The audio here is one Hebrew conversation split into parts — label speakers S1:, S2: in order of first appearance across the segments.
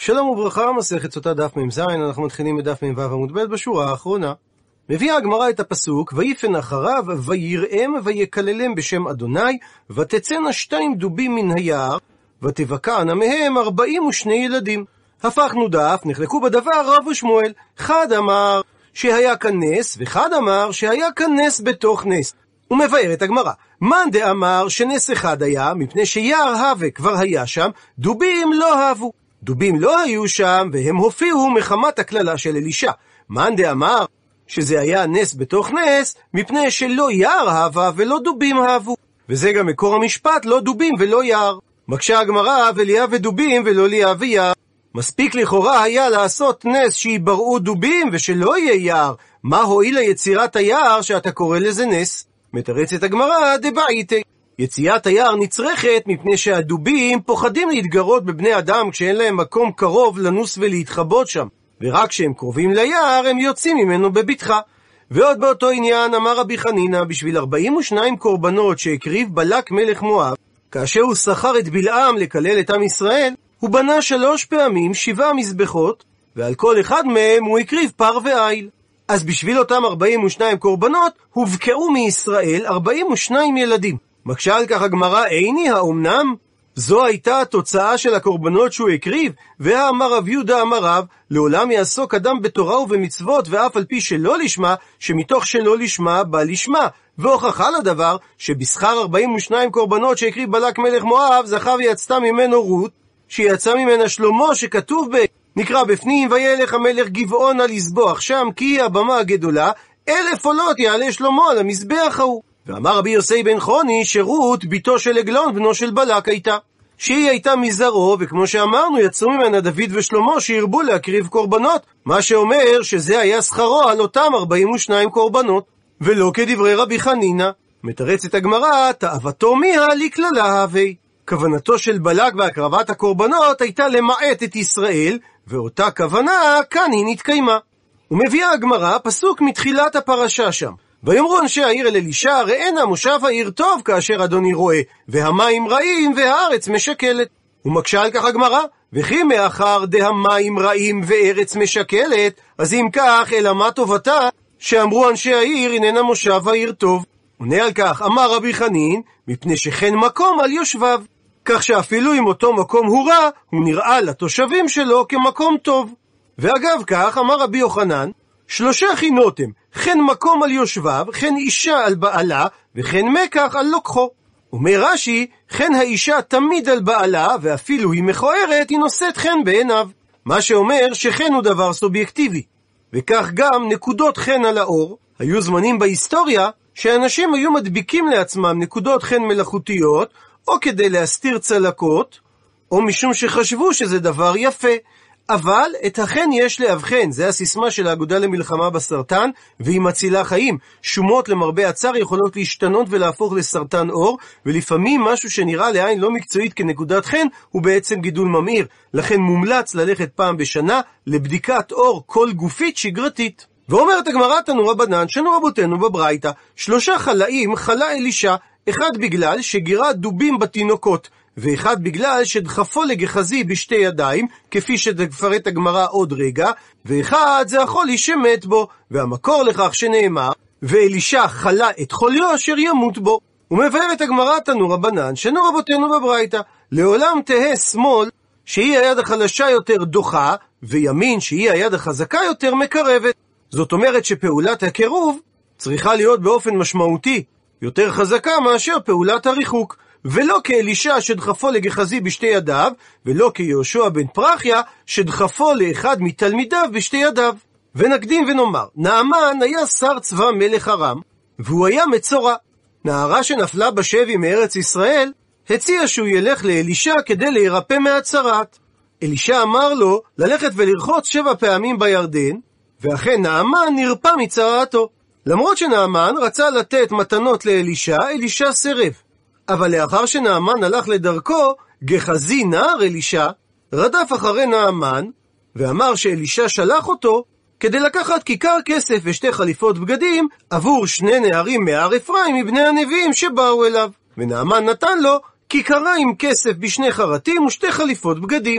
S1: שלום וברכה, מסכת סוטה דף מ"ז, אנחנו מתחילים בדף מ"ו עמוד ב' בשורה האחרונה. מביאה הגמרא את הפסוק, ויפן אחריו, ויראם ויקללם בשם אדוני, ותצאנה 2 דובים מן היער, ותבקענה מהם 42 ילדים. הפכנו דף, נחלקו בדבר רב ושמואל. אחד אמר שהיה כאן נס, ואחד אמר שהיה כאן נס בתוך נס. הוא מבאר את הגמרא. מאן דאמר שנס אחד היה, מפני שיער הווה כבר היה שם, דובים לא הבו. דובים לא היו שם, והם הופיעו מחמת הקללה של אלישע. מאן דאמר שזה היה נס בתוך נס, מפני שלא יער הווה ולא דובים הבו. וזה גם מקור המשפט, לא דובים ולא יער. מקשה הגמרא, וליה ודובים ולא ליה ויער. מספיק לכאורה היה לעשות נס שיבראו דובים ושלא יהיה יער. מה הועיל ליצירת היער שאתה קורא לזה נס? מתרצת הגמרא, דבעיתי. יציאת היער נצרכת מפני שהדובים פוחדים להתגרות בבני אדם כשאין להם מקום קרוב לנוס ולהתחבות שם, ורק כשהם קרובים ליער הם יוצאים ממנו בבטחה. ועוד באותו עניין אמר רבי חנינא, בשביל 42 קורבנות שהקריב בלק מלך מואב, כאשר הוא שכר את בלעם לקלל את עם ישראל, הוא בנה 3 פעמים 7 מזבחות, ועל כל אחד מהם הוא הקריב פר ועיל. אז בשביל אותם 42 קורבנות הובקעו מישראל 42 ילדים. מקשה על כך הגמרא, איני האומנם? זו הייתה התוצאה של הקורבנות שהוא הקריב? והאמר רב יהודה אמר רב, לעולם יעסוק אדם בתורה ובמצוות, ואף על פי שלא לשמה, שמתוך שלא לשמה בא לשמה. והוכחה לדבר שבשכר 42 קורבנות שהקריב בלק מלך מואב, זכה ויצתה ממנו רות, שיצא ממנה שלמה, שכתוב נקרא בפנים, וילך המלך גבעונה לזבוח שם, כי הבמה הגדולה, 1000 עולות יעלה שלמה על המזבח ההוא. ואמר רבי יוסי בן חוני שרות ביתו של עגלון בנו של בלק הייתה, שהיא הייתה מזרעו, וכמו שאמרנו יצאו ממנה דוד ושלמה שהרבו להקריב קורבנות, מה שאומר שזה היה שכרו על אותם 42 קורבנות, ולא כדברי רבי חנינא. מתרצת הגמרא, תאוותו מיה לקללה הווי. כוונתו של בלק בהקרבת הקורבנות הייתה למעט את ישראל, ואותה כוונה כאן היא נתקיימה. ומביאה הגמרא פסוק מתחילת הפרשה שם, ויאמרו אנשי העיר אל אלישע, ראינה מושב העיר טוב כאשר אדוני רואה, והמים רעים והארץ משקלת. ומקשה על כך הגמרא, וכי מאחר דהמים רעים וארץ משקלת, אז אם כך אלא מה טובתה שאמרו אנשי העיר הננה מושב העיר טוב? עונה על כך אמר רבי חנין, מפני שכן מקום על יושביו, כך שאפילו אם אותו מקום הוא רע, הוא נראה לתושבים שלו כמקום טוב. ואגב כך אמר רבי יוחנן, 3 חינות הם, כן מקום על יושביו, כן אישה על בעלה, וכן מקח על לוקחו. אומר רש"י, כן האישה תמיד על בעלה, ואפילו היא מכוערת, היא נושאת חן בעיניו. מה שאומר שחן הוא דבר סובייקטיבי. וכך גם נקודות חן על האור. היו זמנים בהיסטוריה שאנשים היו מדביקים לעצמם נקודות חן מלאכותיות, או כדי להסתיר צלקות, או משום שחשבו שזה דבר יפה. אבל את החן יש להבחן, זה הסיסמה של האגודה למלחמה בסרטן, והיא מצילה חיים. שומות למרבה הצער יכולות להשתנות ולהפוך לסרטן עור, ולפעמים משהו שנראה לעין לא מקצועית כנקודת חן, הוא בעצם גידול ממאיר. לכן מומלץ ללכת פעם בשנה לבדיקת עור כל גופית שגרתית. ואומרת הגמרא תנו רבנן, שנו רבותינו בברייתא, 3 חלאים חלה אלישע, אחד בגלל שגירה דובים בתינוקות, ואחד בגלל שדחפו לגחזי בשתי ידיים, כפי שתפרט הגמרא עוד רגע, ואחד זה החולי שמת בו, והמקור לכך שנאמר, ואלישע חלה את חוליו אשר ימות בו. ומבארת הגמרא תנו רבנן, שנו רבותינו בברייתא, לעולם תהא שמאל, שהיא היד החלשה יותר דוחה, וימין שהיא היד החזקה יותר מקרבת. זאת אומרת שפעולת הקירוב צריכה להיות באופן משמעותי יותר חזקה מאשר פעולת הריחוק, ולא כאלישע שדחפו לגחזי בשתי ידיו, ולא כיהושע בן פרחיה שדחפו לאחד מתלמידיו בשתי ידיו. ונקדים ונאמר, נעמן היה שר צבא מלך ארם, והוא היה מצורע. נערה שנפלה בשבי מארץ ישראל הציע שהוא ילך לאלישע כדי להירפא מהצרת. אלישע אמר לו ללכת ולרחוץ 7 פעמים בירדן, ואכן נעמן נרפא מצרעתו. למרות שנעמן רצה לתת מתנות לאלישע, אלישע סירב. אבל לאחר שנעמן הלך לדרכו, גחזי נער אלישע רדף אחרי נעמן, ואמר שאלישע שלח אותו כדי לקחת כיכר כסף ו2 חליפות בגדים עבור 2 נערים מהר אפרים מבני הנביאים שבאו אליו. ונעמן נתן לו כיכרה עם כסף ב2 חרטים ו2 חליפות בגדים.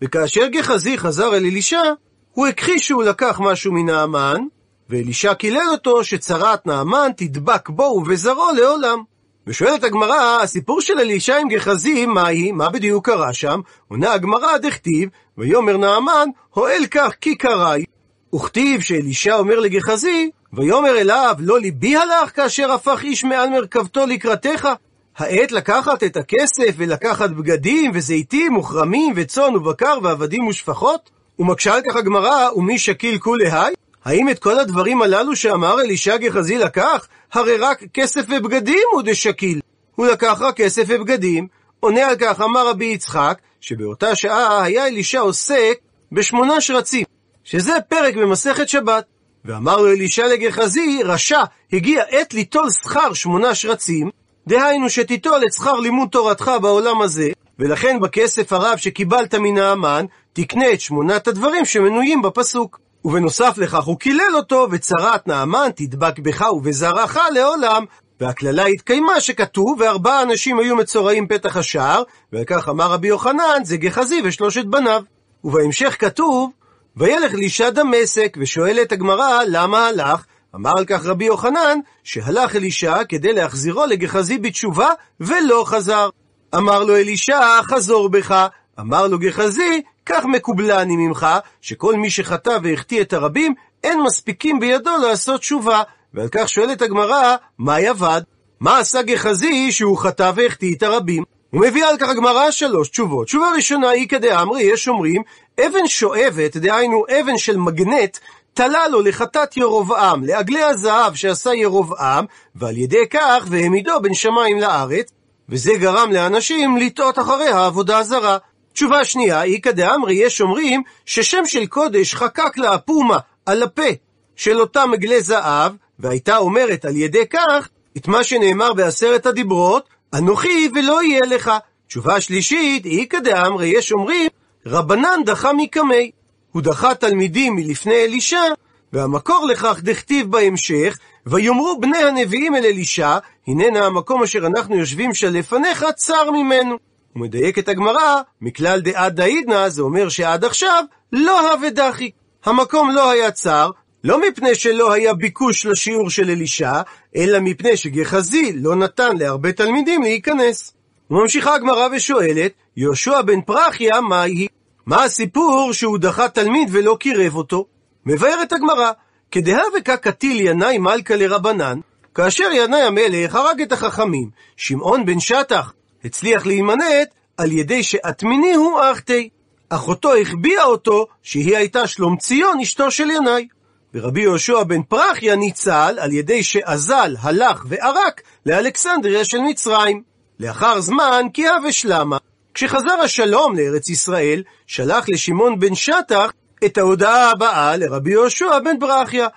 S1: וכאשר גחזי חזר אל אלישע, הוא הכחיש שהוא לקח משהו מנעמן, ואלישע קילל אותו שצרת נעמן תדבק בו ובזרעו לעולם. ושואלת הגמרא, הסיפור של אלישע עם גחזי, מה בדיוק קרה שם? עונה הגמרא דכתיב, ויאמר נעמן, הואל כך כי קראי. וכתיב שאלישע אומר לגחזי, ויאמר אליו, לא ליבי הלך כאשר הפך איש מעל מרכבתו לקראתך? העת לקחת את הכסף ולקחת בגדים וזיתים וכרמים וצאן ובקר ועבדים ושפחות? ומקשה על כך הגמרא, ומי שקיל כולי? האם את כל הדברים הללו שאמר אלישע גחזי לקח? הרי רק כסף ובגדים הוא דשקיל. הוא לקח רק כסף ובגדים. עונה על כך אמר רבי יצחק, שבאותה שעה היה אלישע עוסק ב8 שרצים, שזה פרק במסכת שבת. ואמר לו אלישע לגחזי, רשע, הגיע עת ליטול שכר 8 שרצים, דהיינו שתיטול את שכר לימוד תורתך בעולם הזה, ולכן בכסף הרב שקיבלת מנעמן, תקנה את 8 הדברים שמנויים בפסוק. ובנוסף לכך הוא קילל אותו, וצרת נעמן תדבק בך ובזרעך לעולם. והכללה התקיימה שכתוב, ו4 אנשים היו מצורעים פתח השער, ועל כך אמר רבי יוחנן, זה גחזי ו3 בניו. ובהמשך כתוב, וילך אלישע דמשק, ושואלת הגמרא, למה הלך? אמר על כך רבי יוחנן, שהלך אלישע כדי להחזירו לגחזי בתשובה, ולא חזר. אמר לו אלישע, חזור בך. אמר לו גחזי, כך מקובלני ממך, שכל מי שחטא והחטיא את הרבים, אין מספיקים בידו לעשות תשובה. ועל כך שואלת הגמרא, מה יבד? מה עשה גחזי שהוא חטא והחטיא את הרבים? הוא מביא על כך הגמרא 3 תשובות. תשובה ראשונה היא כדאמרי, יש אומרים, אבן שואבת, דהיינו אבן של מגנט, תלה לו לחטאת ירובעם, לעגלי הזהב שעשה ירובעם, ועל ידי כך והעמידו בין שמיים לארץ, וזה גרם לאנשים לטעות אחרי העבודה הזרה. תשובה שנייה היא כדאמרי, יש אומרים ששם של קודש חקק לה הפומה על הפה של אותם עגלי זהב, והייתה אומרת על ידי כך את מה שנאמר ב10 הדיברות, אנוכי ולא יהיה לך. תשובה שלישית היא כדאמרי, יש אומרים רבנן דחה מקמי, הוא דחה תלמידים מלפני אלישע, והמקור לכך דכתיב בהמשך, ויאמרו בני הנביאים אל אלישע, הננה המקום אשר אנחנו יושבים שלפניך צר ממנו. הוא מדייק את הגמרא, מכלל דעד דאידנא, זה אומר שעד עכשיו לא הווה דחי. המקום לא היה צר, לא מפני שלא היה ביקוש לשיעור של אלישע, אלא מפני שגחזי לא נתן להרבה תלמידים להיכנס. וממשיכה הגמרא ושואלת, יהושע בן פרחיה מהי? מה הסיפור שהוא דחה תלמיד ולא קירב אותו? מבארת הגמרא, כדהווה כקטיל ינאי מלכה לרבנן, כאשר ינאי המלך הרג את החכמים, שמעון בן שטח הצליח להימנט על ידי שאתמיני הוא אחתי. אחותו החביאה אותו שהיא הייתה שלומציון אשתו של ינאי. ורבי יהושע בן פרחיה ניצל על ידי שאזל הלך וערק לאלכסנדריה של מצרים. לאחר זמן כי הווה שלמה, כשחזר השלום לארץ ישראל, שלח לשמעון בן שטח את ההודעה הבאה לרבי יהושע בן פרחיה,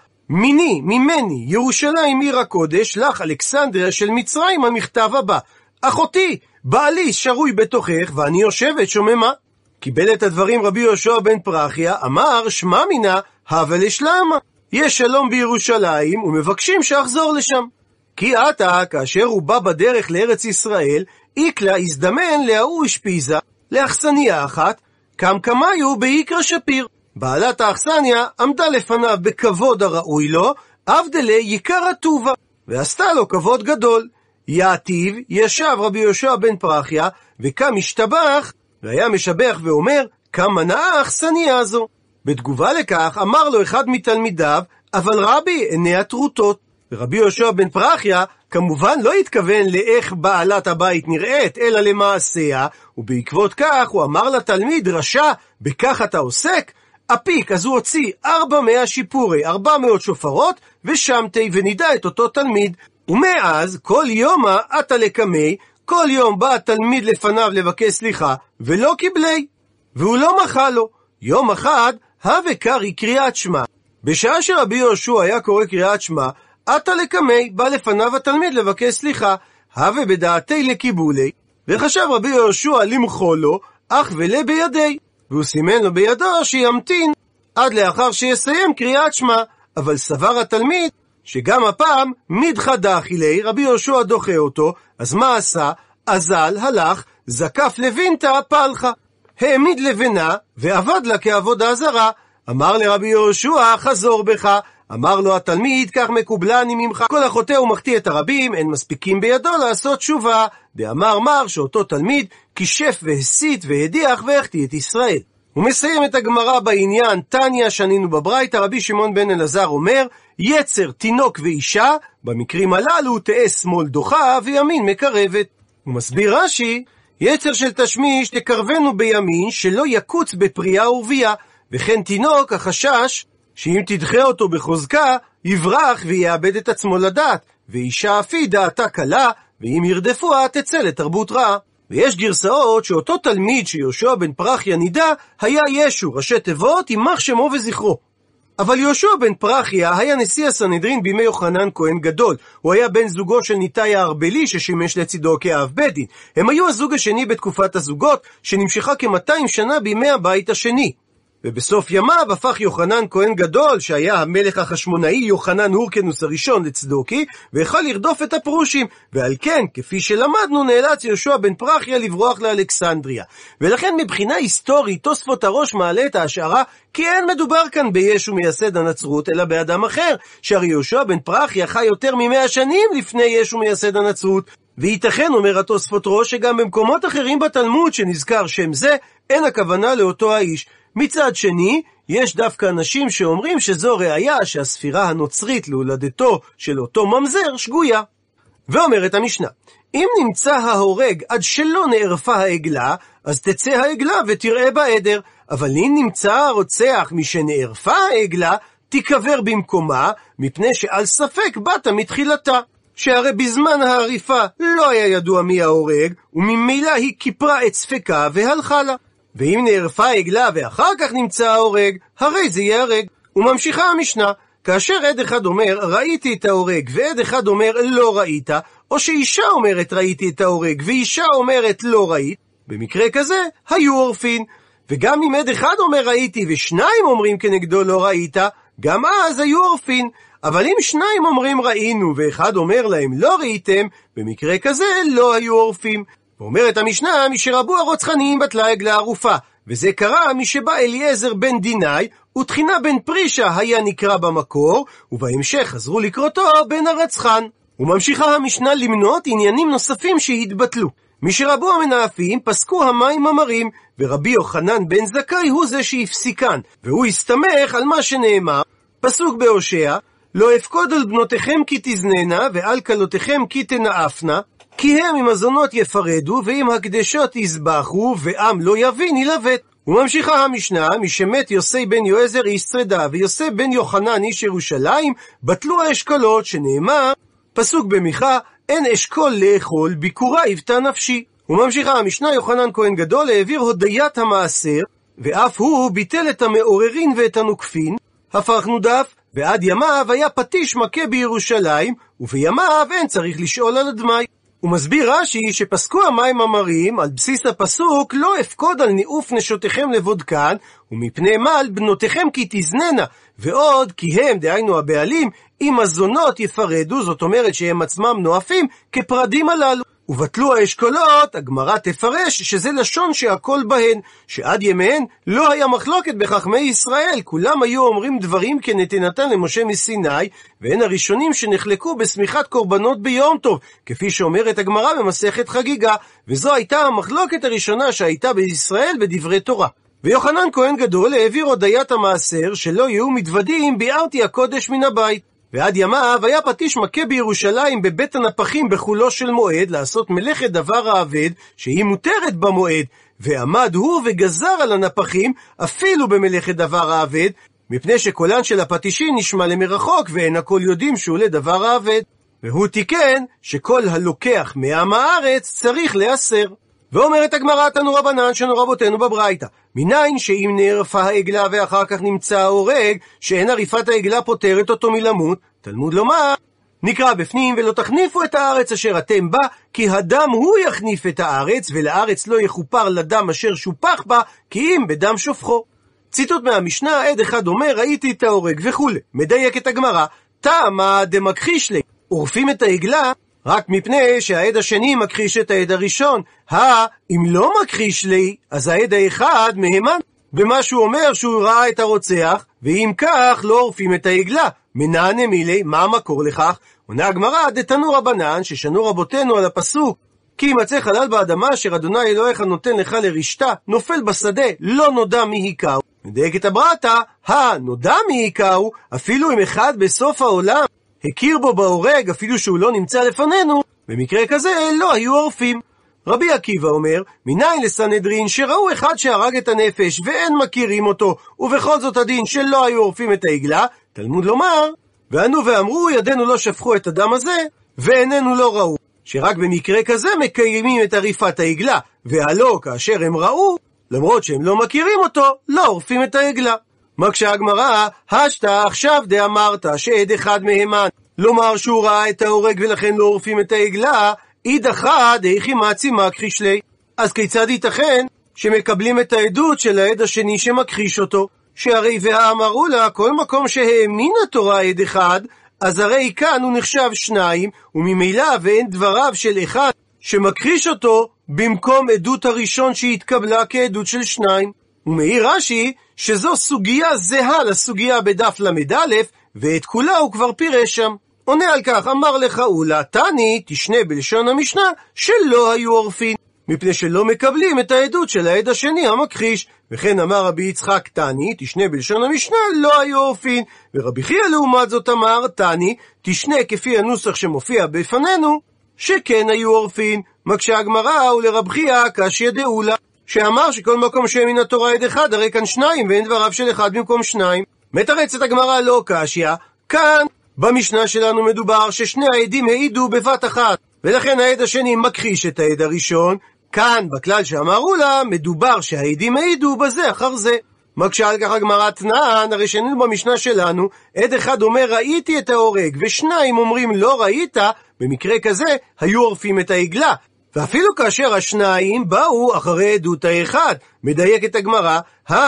S1: ממני, ירושלים עיר הקודש, לך אלכסנדריה של מצרים המכתב הבא, אחותי, בעלי שרוי בתוכך ואני יושבת שוממה. קיבל את הדברים רבי יהושע בן פרחיה, אמר שמע מינה, הווה לשלמה, יש שלום בירושלים ומבקשים שאחזור לשם. כי עתה, כאשר הוא בא בדרך לארץ ישראל, איקלה הזדמן להוא אשפיזה, לאכסניה אחת, קמקמיו באיקרא שפיר. בעלת האכסניה עמדה לפניו בכבוד הראוי לו, אבדלה יקרא טובה, ועשתה לו כבוד גדול. יעתיב ישב רבי יהושע בן פרחיה, וקם משתבח, והיה משבח ואומר, כמה נאה האכסניה הזו. בתגובה לכך אמר לו אחד מתלמידיו, אבל רבי, עיני הטרוטות. ורבי יהושע בן פרחיה כמובן לא התכוון לאיך בעלת הבית נראית, אלא למעשיה, ובעקבות כך הוא אמר לתלמיד, רשע, בכך אתה עוסק? אפיק, אז הוא הוציא 400 שיפורי, 400 שופרות, ושמתי ונידע את אותו תלמיד. ומאז, כל יומא עתה לקמי, כל יום בא התלמיד לפניו לבקש סליחה, ולא קיבלי, והוא לא מחה לו. יום אחד, הווה קרי קריאת שמע. בשעה שרבי יהושע היה קורא קריאת שמע, עתה לקמי, בא לפניו התלמיד לבקש סליחה, הווה בדעתי לקיבולי, וחשב רבי יהושע למחו לו, אך ולה בידי, והוא סימן לו בידו שימתין עד לאחר שיסיים קריאת שמע. אבל סבר התלמיד שגם הפעם מדחה דאכילי, רבי יהושע דוחה אותו, אז מה עשה? אזל, הלך, זקף לבינתה פלחה, העמיד לבנה ועבד לה כעבודה זרה. אמר לרבי יהושע, חזור בך. אמר לו התלמיד, כך מקובלני ממך, כל החוטא ומחטיא את הרבים, אין מספיקים בידו לעשות תשובה. דאמר מר שאותו תלמיד כישף והסית והדיח והחטיא את ישראל. הוא מסיים את הגמרא בעניין תניא שנינו בברייתא. רבי שמעון בן אלעזר אומר, יצר תינוק ואישה, במקרים הללו תהא שמאל דוחה וימין מקרבת. הוא מסביר רש"י, יצר של תשמיש תקרבנו בימין, שלא יקוץ בפרייה ורבייה, וכן תינוק החשש שאם תדחה אותו בחוזקה יברח ויאבד את עצמו לדעת, ואישה אפי דעתה קלה, ואם ירדפוה תצא לתרבות רעה. ויש גרסאות שאותו תלמיד שיהושע בן פרחיה נידע היה ישו, ראשי תיבות יימח שמו וזכרו. אבל יהושע בן פרחיה היה נשיא הסנהדרין בימי יוחנן כהן גדול. הוא היה בן זוגו של ניתאי הארבלי ששימש לצידו כאב בית דין. הם היו הזוג השני בתקופת הזוגות שנמשכה כ-200 שנה בימי הבית השני. ובסוף ימיו הפך יוחנן כהן גדול, שהיה המלך החשמונאי יוחנן הורקנוס הראשון לצדוקי, והחל לרדוף את הפרושים, ועל כן, כפי שלמדנו, נאלץ יהושע בן פרחיה לברוח לאלכסנדריה. ולכן מבחינה היסטורית תוספות הראש מעלה את ההשערה כי אין מדובר כאן בישו מייסד הנצרות, אלא באדם אחר, שהרי יהושע בן פרחיה חי יותר מ100 שנים לפני ישו מייסד הנצרות. וייתכן, אומר התוספות ראש, שגם במקומות אחרים בתלמוד שנזכר שם זה, אין הכוונה לאותו האיש. מצד שני, יש דווקא אנשים שאומרים שזו ראיה שהספירה הנוצרית להולדתו של אותו ממזר שגויה. ואומרת המשנה, אם נמצא ההורג עד שלא נערפה העגלה, אז תצא העגלה ותראה בעדר, אבל אם נמצא הרוצח משנערפה העגלה, תיקבר במקומה, מפני שעל ספק באת מתחילתה. שהרי בזמן העריפה לא היה ידוע מי ההורג, וממילא היא כיפרה את ספקה והלכה לה. ואם נערפה העגלה ואחר כך נמצא ההורג, הרי זה ייהרג. וממשיכה המשנה, כאשר עד אחד אומר ראיתי את ההורג ועד אחד אומר לא ראית, או שאישה אומרת ראיתי את ההורג ואישה אומרת לא ראית, במקרה כזה היו עורפין. וגם אם עד אחד אומר ראיתי ושניים אומרים כנגדו לא ראית, גם אז היו עורפין. אבל אם שניים אומרים ראינו ואחד אומר להם לא ראיתם, במקרה כזה לא היו עורפים. ואומרת המשנה, משרבו הרוצחנים בטלה עגלה ערופה, וזה קרה משבא אליעזר בן דינאי ותחינה בן פרישה היה נקרא במקור, ובהמשך חזרו לקרותו בן הרצחן. וממשיכה המשנה למנות עניינים נוספים שהתבטלו. משרבו המנאפים פסקו המים המרים, ורבי יוחנן בן זכאי הוא זה שהפסיקן, והוא הסתמך על מה שנאמר פסוק בהושע, לא אפקוד על בנותיכם כי תזננה ועל כלותיכם כי תנאפנה, כי הם עם הזונות יפרדו ועם הקדשות יזבחו ועם לא יבין ילבט. וממשיכה המשנה, משמת יוסי בן יועזר איש שרדה ויוסי בן יוחנן איש ירושלים, בטלו האשכולות שנאמר פסוק במיכה, אין אשכול לאכול ביקורה יבטא נפשי. וממשיכה המשנה, יוחנן כהן גדול העביר הודיית המעשר, ואף הוא ביטל את המעוררין ואת הנוקפין. הפכנו דף, ועד ימיו היה פטיש מכה בירושלים, ובימיו אין צריך לשאול על הדמי. הוא מסביר רש"י שפסקו המים המרים על בסיס הפסוק לא אפקוד על ניאוף נשותיכם לבודקן, ומפני מה על בנותיכם כי תזננה, ועוד כי הם, דהיינו הבעלים, עם הזונות יפרדו, זאת אומרת שהם עצמם נואפים כפרדים הללו. ובטלו האשכולות, הגמרא תפרש שזה לשון שהכל בהן, שעד ימיהן לא היה מחלוקת בחכמי ישראל, כולם היו אומרים דברים כנתינתן למשה מסיני, והן הראשונים שנחלקו בסמיכת קורבנות ביום טוב, כפי שאומרת הגמרא במסכת חגיגה, וזו הייתה המחלוקת הראשונה שהייתה בישראל בדברי תורה. ויוחנן כהן גדול העביר הודיית המעשר שלא יהיו מתוודים ביארתי הקודש מן הבית. ועד ימיו היה פטיש מכה בירושלים בבית הנפחים בחולו של מועד לעשות מלאכת דבר העבד שהיא מותרת במועד, ועמד הוא וגזר על הנפחים אפילו במלאכת דבר העבד, מפני שקולן של הפטישים נשמע למרחוק ואין הכל יודעים שהוא לדבר העבד. והוא תיקן שכל הלוקח מעם הארץ צריך לאסר. ואומרת הגמרא תנו רבנן שנו רבותינו בברייתא, מניין שאם נערפה העגלה ואחר כך נמצא ההורג, שאין עריפת העגלה פותרת אותו מלמות, תלמוד לומר נקרא בפנים ולא תחניפו את הארץ אשר אתם בה, כי הדם הוא יחניף את הארץ, ולארץ לא יחופר לדם אשר שופח בה, כי אם בדם שופכו. ציטוט מהמשנה, עד אחד אומר ראיתי את ההורג וכו'. מדייק את הגמרא, תמה דמכחיש לי, עורפים את העגלה רק מפני שהעד השני מכחיש את העד הראשון. אם לא מכחיש לי, אז העד האחד מהימן במה שהוא אומר שהוא ראה את הרוצח, ואם כך לא עורפים את העגלה. מנענה מילי, מה המקור לכך? עונה הגמרא, דתנו רבנן, ששנו רבותינו על הפסוק, כי ימצא חלל באדמה אשר אדוני אלוהיך נותן לך לרשתה, נופל בשדה, לא נודע מי היכהו. מדייקת הברייתא, נודע מי היכהו, אפילו אם אחד בסוף העולם הכיר בו בהורג, אפילו שהוא לא נמצא לפנינו, במקרה כזה לא היו עורפים. רבי עקיבא אומר, מניין לסנהדרין שראו אחד שהרג את הנפש ואין מכירים אותו, ובכל זאת הדין שלא היו עורפים את העגלה? תלמוד לומר, וענו ואמרו, ידינו לא שפכו את הדם הזה, ועינינו לא ראו. שרק במקרה כזה מקיימים את עריפת העגלה, והלא כאשר הם ראו, למרות שהם לא מכירים אותו, לא עורפים את העגלה. מקשה הגמרא, השתא עכשיו דאמרת שעד אחד מהימן, לומר שהוא ראה את ההורג ולכן לא עורפים את העגלה, אידחא דאיכי מצי מכחיש לי. אז כיצד ייתכן שמקבלים את העדות של העד השני שמכחיש אותו? שהרי והאמרו לה, כל מקום שהאמין התורה עד אחד, אז הרי כאן הוא נחשב שניים, וממילא ואין דבריו של אחד שמכחיש אותו במקום עדות הראשון שהתקבלה כעדות של שניים. ומעיר רש"י שזו סוגיה זהה לסוגיה בדף למד א', ואת כולה הוא כבר פירש שם. עונה על כך, אמר לך אולה, תני, תשנה בלשון המשנה, שלא היו עורפין, מפני שלא מקבלים את העדות של העד השני המכחיש. וכן אמר רבי יצחק, תני, תשנה בלשון המשנה, לא היו עורפין. ורבי חייא לעומת זאת אמר, תני, תשנה כפי הנוסח שמופיע בפנינו, שכן היו עורפין. מקשה הגמרא, ולרבי חייא קשיא דאולה, שאמר שכל מקום שמן התורה עד אחד, הרי כאן שניים, ואין דבריו של אחד במקום שניים. מתרצת הגמרא, לא קשיא, כאן במשנה שלנו מדובר ששני העדים העידו בבת אחת, ולכן העד השני מכחיש את העד הראשון. כאן, בכלל שאמרו לה, מדובר שהעדים העידו בזה אחר זה. מקשה על כך הגמרא תנן, הרי שנינו במשנה שלנו, עד אחד אומר ראיתי את ההורג, ושניים אומרים לא ראית, במקרה כזה היו עורפים את העגלה. ואפילו כאשר השניים באו אחרי עדות האחד, מדייקת הגמרא,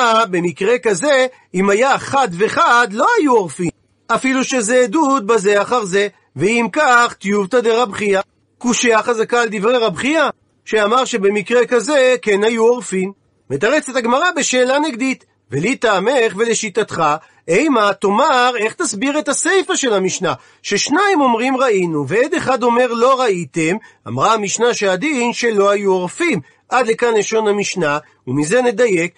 S1: במקרה כזה, אם היה חד וחד, לא היו עורפים, אפילו שזה עדות בזה אחר זה. ואם כך, תיובתא דרבי חייא, קושיה חזקה על דברי רבי חייא, שאמר שבמקרה כזה כן היו עורפין. מתרצת הגמרא בשאלה נגדית, ולי טעמך ולשיטתך, אימה תאמר איך תסביר את הסיפא של המשנה, ששניים אומרים ראינו ועד אחד אומר לא ראיתם. אמרה המשנה שהדין שלא היו עורפים. עד לכאן לשון המשנה, ומזה נדייק,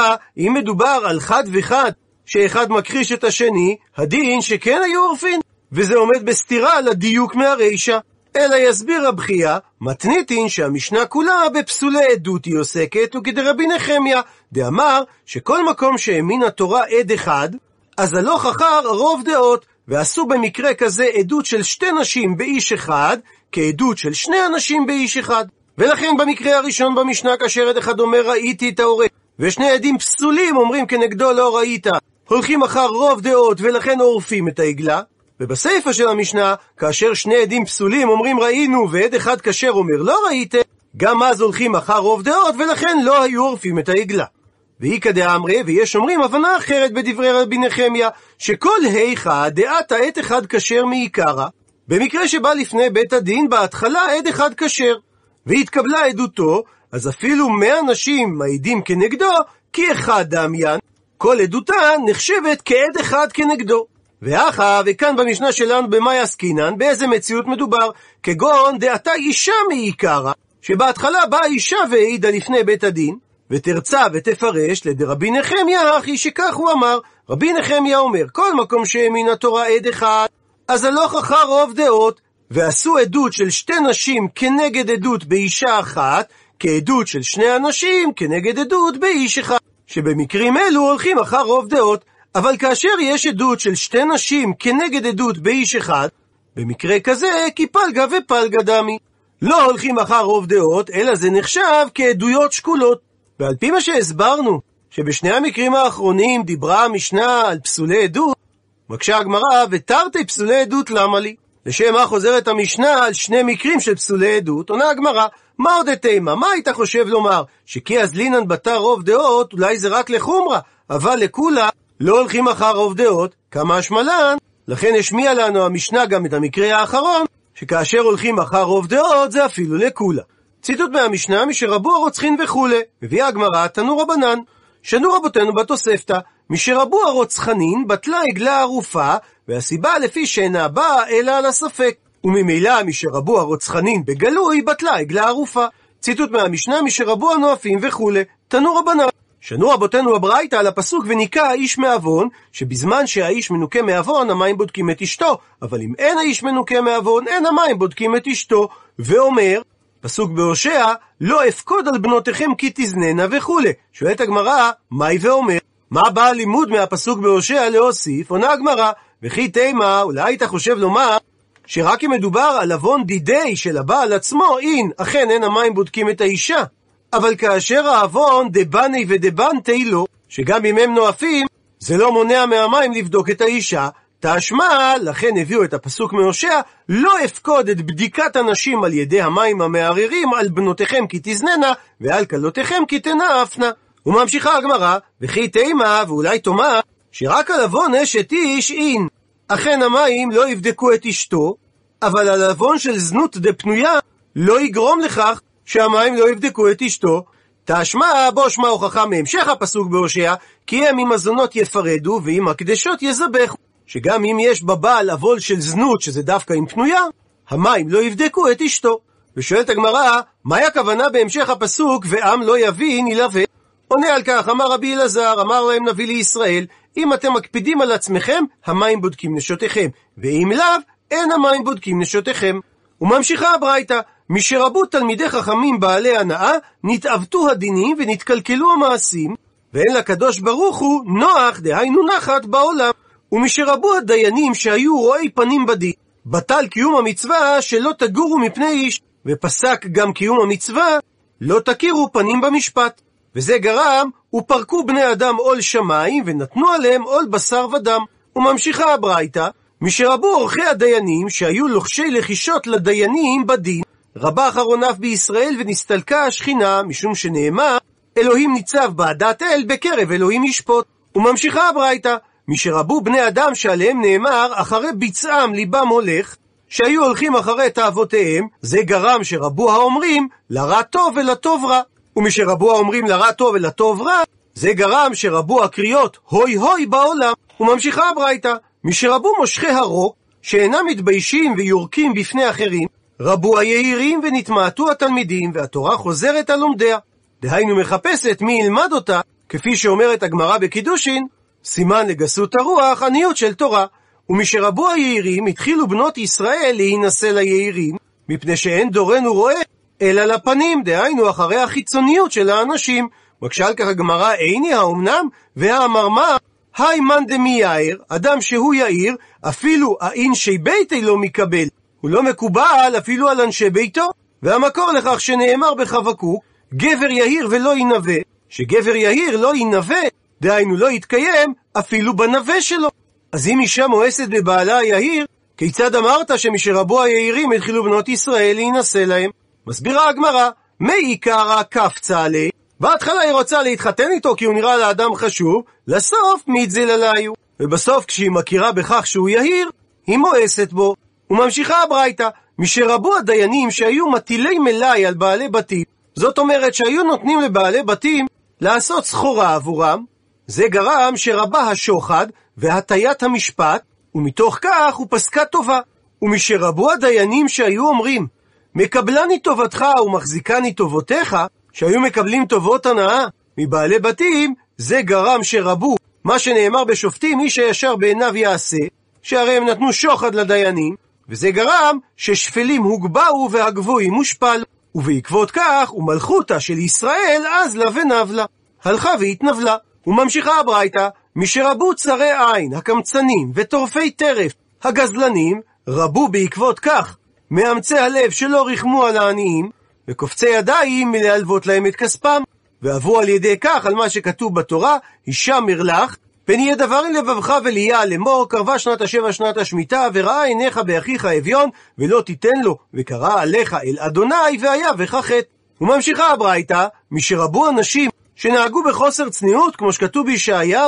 S1: אם מדובר על חד וחד שאחד מכחיש את השני, הדין שכן היו עורפין, וזה עומד בסתירה לדיוק מהרישא. אלא יסביר רבי חייא, מתניתין שהמשנה כולה בפסולי עדות היא עוסקת, וכדרבי נחמיה, דאמר שכל מקום שהאמין התורה עד אחד, אז הלוך אחר רוב דעות, ועשו במקרה כזה עדות של שתי נשים באיש אחד, כעדות של שני אנשים באיש אחד. ולכן במקרה הראשון במשנה, כאשר עד אחד אומר ראיתי את ההורג, ושני עדים פסולים אומרים כנגדו לא ראית, הולכים אחר רוב דעות ולכן עורפים את העגלה. ובסייפה של המשנה, כאשר שני עדים פסולים אומרים ראינו ועד אחד כשר אומר לא ראיתם, גם אז הולכים אחר רוב דעות ולכן לא היו עורפים את העגלה. ואיכא דאמרי, ויש אומרים הבנה אחרת בדברי רבי נחמיה, שכל היכא דעת עד אחד כשר מעיקרא, במקרה שבא לפני בית הדין בהתחלה עד אחד כשר, והתקבלה עדותו, אז אפילו 100 נשים מעידים כנגדו, כי אחד דמיין, כל עדותה נחשבת כעד אחד כנגדו. וכאן במשנה שלנו במאי עסקינן, באיזה מציאות מדובר? כגון דעתה אישה מעיקרא, שבהתחלה באה אישה והעידה לפני בית הדין, ותרצה ותפרש לדרבי נחמיה אחי שכך הוא אמר. רבי נחמיה אומר, כל מקום שהאמין התורה עד אחד, אז הלוך אחר רוב דעות, ועשו עדות של שתי נשים כנגד עדות באישה אחת, כעדות של שני אנשים כנגד עדות באיש אחד, שבמקרים אלו הולכים אחר רוב דעות. אבל כאשר יש עדות של שתי נשים כנגד עדות באיש אחד, במקרה כזה כי פלגה ופלגה דמי, לא הולכים אחר רוב דעות, אלא זה נחשב כעדויות שקולות. ועל פי מה שהסברנו, שבשני המקרים האחרונים דיברה המשנה על פסולי עדות, מקשה הגמרא, ותרתי פסולי עדות למה לי? לשם מה חוזרת המשנה על שני מקרים של פסולי עדות? עונה הגמרא, מה עוד תימה? מה היית חושב לומר? שכי אז לינן בתר רוב דעות, אולי זה רק לחומרה, אבל לכולה לא הולכים אחר רוב דעות, כמה השמלן. לכן השמיע לנו המשנה גם את המקרה האחרון, שכאשר הולכים אחר רוב דעות זה אפילו לכולה. ציטוט מהמשנה, משרבו הרוצחין וכו'. מביאה הגמרא, תנו רבנן, שנו רבותינו בתוספתא, משרבו הרוצחנין בטלה עגלה ערופה, והסיבה לפי שאינה באה אלא על הספק. וממילא משרבו הרוצחנין בגלוי בטלה עגלה ערופה. ציטוט מהמשנה, משרבו הנואפים וכו'. תנו רבנן, שנו רבותינו הברייתא על הפסוק וניקה האיש מעוון, שבזמן שהאיש מנוקה מעוון המים בודקים את אשתו, אבל אם אין האיש מנוקה מעוון אין המים בודקים את אשתו. ואומר פסוק בהושע, לא אפקוד על בנותיכם כי תזננה וכו'. שואלת הגמרא, מהי ואומר? מה בא הלימוד מהפסוק בהושע להוסיף? עונה הגמרא, וכי תימה, אולי היית חושב לומר שרק אם מדובר על עוון דידי של הבעל עצמו, אכן אין המים בודקים את האישה. אבל כאשר העוון דבני ודבנתי לו, שגם אם הם נואפים, זה לא מונע מהמים לבדוק את האישה. תשמע, לכן הביאו את הפסוק מהושע, לא אפקוד את בדיקת הנשים על ידי המים המערערים על בנותיכם כי תזננה, ועל כלותיכם כי תנאפנה. וממשיכה הגמרא, וכי תימה, ואולי תאמר, שרק על עוון אשת איש אכן המים לא יבדקו את אשתו, אבל על עוון של זנות דפנויה, לא יגרום לכך שהמים לא יבדקו את אשתו. תשמע, בו שמע הוכחה מהמשך הפסוק בהושע, כי הם עם מזונות יפרדו ועם הקדשות יזבחו. שגם אם יש בבעל עוון של זנות, שזה דווקא עם פנויה, המים לא יבדקו את אשתו. ושואלת הגמרא, מהי הכוונה בהמשך הפסוק, ועם לא יבין ילווה? עונה על כך, אמר רבי אלעזר, אמר להם נביא לישראל, אם אתם מקפידים על עצמכם, המים בודקים נשותיכם, ואם לאו, אין המים בודקים נשותיכם. וממשיכה הברייתא, משרבו תלמידי חכמים בעלי הנאה, נתעוותו הדינים ונתקלקלו המעשים, ואין לקדוש ברוך הוא נוח, דהיינו נחת בעולם. ומשרבו הדיינים שהיו רואי פנים בדין, בטל קיום המצווה שלא תגורו מפני איש, ופסק גם קיום המצווה לא תכירו פנים במשפט. וזה גרם, ופרקו בני אדם עול שמיים, ונתנו עליהם עול בשר ודם. וממשיכה הברייתא, משרבו עורכי הדיינים שהיו לוחשי לחישות לדיינים בדין, רבה אחרונף בישראל ונסתלקה השכינה, משום שנאמר, אלוהים ניצב בעדת אל בקרב אלוהים ישפוט. וממשיכה הברייתא, משרבו בני אדם שעליהם נאמר, אחרי ביצעם ליבם הולך, שהיו הולכים אחרי תאוותיהם, זה גרם שרבו האומרים לרע טוב ולטוב רע. ומשרבו האומרים לרע טוב ולטוב רע, זה גרם שרבו הקריאות הוי הוי בעולם. וממשיכה הברייתא, משרבו מושכי הרוק, שאינם מתביישים ויורקים בפני אחרים, רבו היהירים ונתמעטו התלמידים, והתורה חוזרת על לומדיה. דהיינו מחפשת מי ילמד אותה, כפי שאומרת הגמרא בקידושין, סימן לגסות הרוח, עניות של תורה. ומשרבו היהירים התחילו בנות ישראל להינשא ליהירים, מפני שאין דורנו רואה אלא לפנים, דהיינו אחרי החיצוניות של האנשים. מקשה על כך הגמרא, איני האומנם? והאמר מה? היי מאן דמי יאיר, אדם שהוא יאיר, אפילו האנשי ביתי לא מקבל, הוא לא מקובל אפילו על אנשי ביתו. והמקור לכך שנאמר בחבקוק, גבר יהיר ולא ינבא, שגבר יהיר לא ינבא, דהיינו לא יתקיים אפילו בנבא שלו. אז אם אישה מואסת בבעלה היהיר, כיצד אמרת שמשרבו היהירים התחילו בנות ישראל להינשא להם? מסבירה הגמרא, מי עיקרא קפצה עלי, בהתחלה היא רוצה להתחתן איתו כי הוא נראה לאדם חשוב, לסוף מתזלליו, ובסוף כשהיא מכירה בכך שהוא יהיר, היא מואסת בו. וממשיכה הברייתא, משרבו הדיינים שהיו מטילי מלאי על בעלי בתים, זאת אומרת שהיו נותנים לבעלי בתים לעשות סחורה עבורם, זה גרם שרבה השוחד והטיית המשפט, ומתוך כך הוא פסקה טובה. ומשרבו הדיינים שהיו אומרים, מקבלני טובתך ומחזיקני טובותיך, שהיו מקבלים טובות הנאה מבעלי בתים, זה גרם שרבו מה שנאמר בשופטים, איש הישר בעיניו יעשה, שהרי הם נתנו שוחד לדיינים, וזה גרם ששפלים הוגבאו והגבוהים מושפל, ובעקבות כך ומלכותה של ישראל אז לה ונבלה, הלכה והתנבלה. וממשיכה הברייתא, משרבו צרי עין, הקמצנים וטורפי טרף, הגזלנים, רבו בעקבות כך מאמצי הלב שלא רחמו על העניים, וקופצי ידיים מלהלוות להם את כספם, ועברו על ידי כך על מה שכתוב בתורה, הישמר לך, פן יהיה דבר עם לבבך וליה לאמור, קרבה שנת השבע שנת השמיטה, וראה עיניך באחיך אביון, ולא תיתן לו, וקרא עליך אל אדוני, והיה בך חטא. וממשיכה הברייתא, משרבו אנשים שנהגו בחוסר צניעות, כמו שכתוב בישעיהו,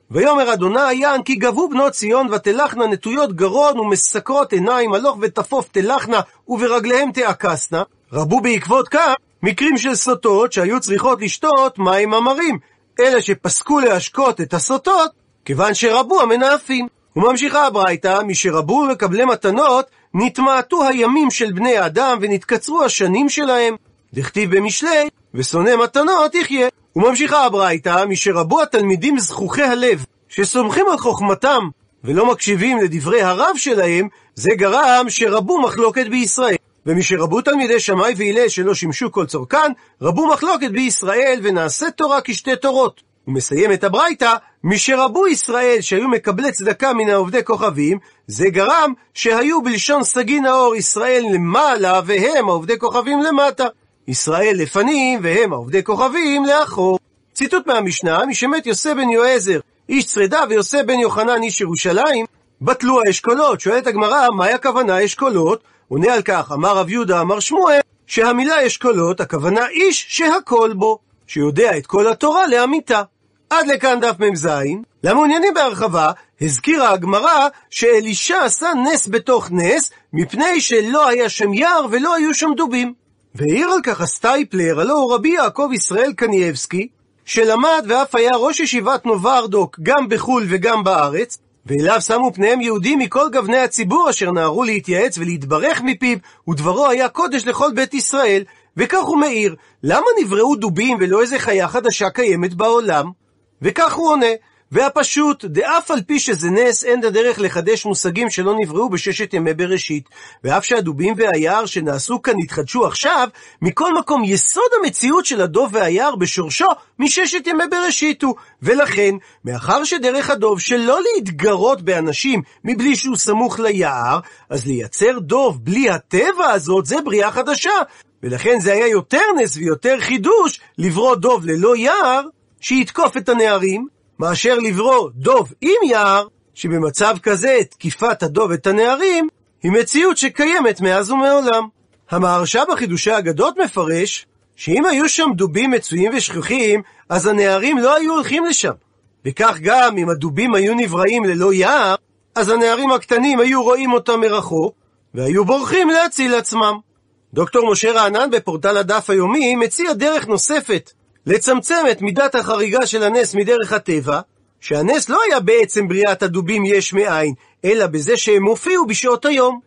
S1: ויאמר אדוני יען כי גבו בנות ציון ותלכנה נטויות גרון ומסקרות עיניים, הלוך ותפוף תלכנה וברגליהם תעקסנה. רבו בעקבות כך מקרים של סוטות שהיו צריכות לשתות מים המרים, אלה שפסקו להשקות את הסוטות כיוון שרבו המנאפים. וממשיכה הברייתא, משרבו מקבלי מתנות נתמעטו הימים של בני האדם ונתקצרו השנים שלהם, דכתיב במשלי ושונא מתנות יחיה. וממשיכה הברייתא, משרבו התלמידים זכוכי הלב שסומכים על חוכמתם ולא מקשיבים לדברי הרב שלהם, זה גרם שרבו מחלוקת בישראל. ומשרבו תלמידי שמאי והלל שלא שימשו כל צורכן, רבו מחלוקת בישראל ונעשה תורה כשתי תורות. הוא מסיים את הברייתא, משרבו ישראל שהיו מקבלי צדקה מן העובדי כוכבים, זה גרם שהיו בלשון סגי נאור ישראל למעלה והם העובדי כוכבים למטה, ישראל לפנים והם העובדי כוכבים לאחור. ציטוט מהמשנה, משמת יוסף בן יועזר איש צרדה ויוסף בן יוחנן איש ירושלים בטלו האשכולות. שואלת הגמרא, מהי הכוונה אשכולות? עונה על כך, אמר רב יהודה אמר שמואל, שהמילה אשכולות הכוונה איש שהכל בו, שיודע את כל התורה לאמיתה. עד לכאן דף מ"ז. למעוניינים בהרחבה, הזכירה הגמרא שאלישע עשה נס בתוך נס, מפני שלא היה שם יער ולא היו שם דובים. והעיר על כך הסטייפלר, הלא הוא רבי יעקב ישראל קניאבסקי, שלמד ואף היה ראש ישיבת נוברדוק גם בחול וגם בארץ, ואליו שמו פניהם יהודים מכל גווני הציבור אשר נהרו להתייעץ ולהתברך מפיו, ודברו היה קודש לכל בית ישראל. וכך הוא מעיר, למה נבראו דובים ולא איזה חיה חדשה קיימת בעולם? וכך הוא עונה, והפשוט, דאף על פי שזה נס, אין דרך לחדש מושגים שלא נבראו בששת ימי בראשית. ואף שהדובים והיער שנעשו כאן התחדשו עכשיו, מכל מקום יסוד המציאות של הדוב והיער בשורשו מששת ימי בראשית הוא. ולכן, מאחר שדרך הדוב שלא להתגרות באנשים מבלי שהוא סמוך ליער, אז לייצר דוב בלי הטבע הזאת זה בריאה חדשה. ולכן זה היה יותר נס ויותר חידוש לברוא דוב ללא יער שיתקוף את הנערים, מאשר לברוא דוב עם יער, שבמצב כזה תקיפת הדוב את הנערים היא מציאות שקיימת מאז ומעולם. המהרש"א בחידושי האגדות מפרש שאם היו שם דובים מצויים ושכוחים, אז הנערים לא היו הולכים לשם. וכך גם אם הדובים היו נבראים ללא יער, אז הנערים הקטנים היו רואים אותם מרחוק והיו בורחים להציל עצמם. דוקטור משה רענן בפורטל הדף היומי מציע דרך נוספת לצמצם את מידת החריגה של הנס מדרך הטבע, שהנס לא היה בעצם בריאת הדובים יש מאין, אלא בזה שהם הופיעו בשעות היום.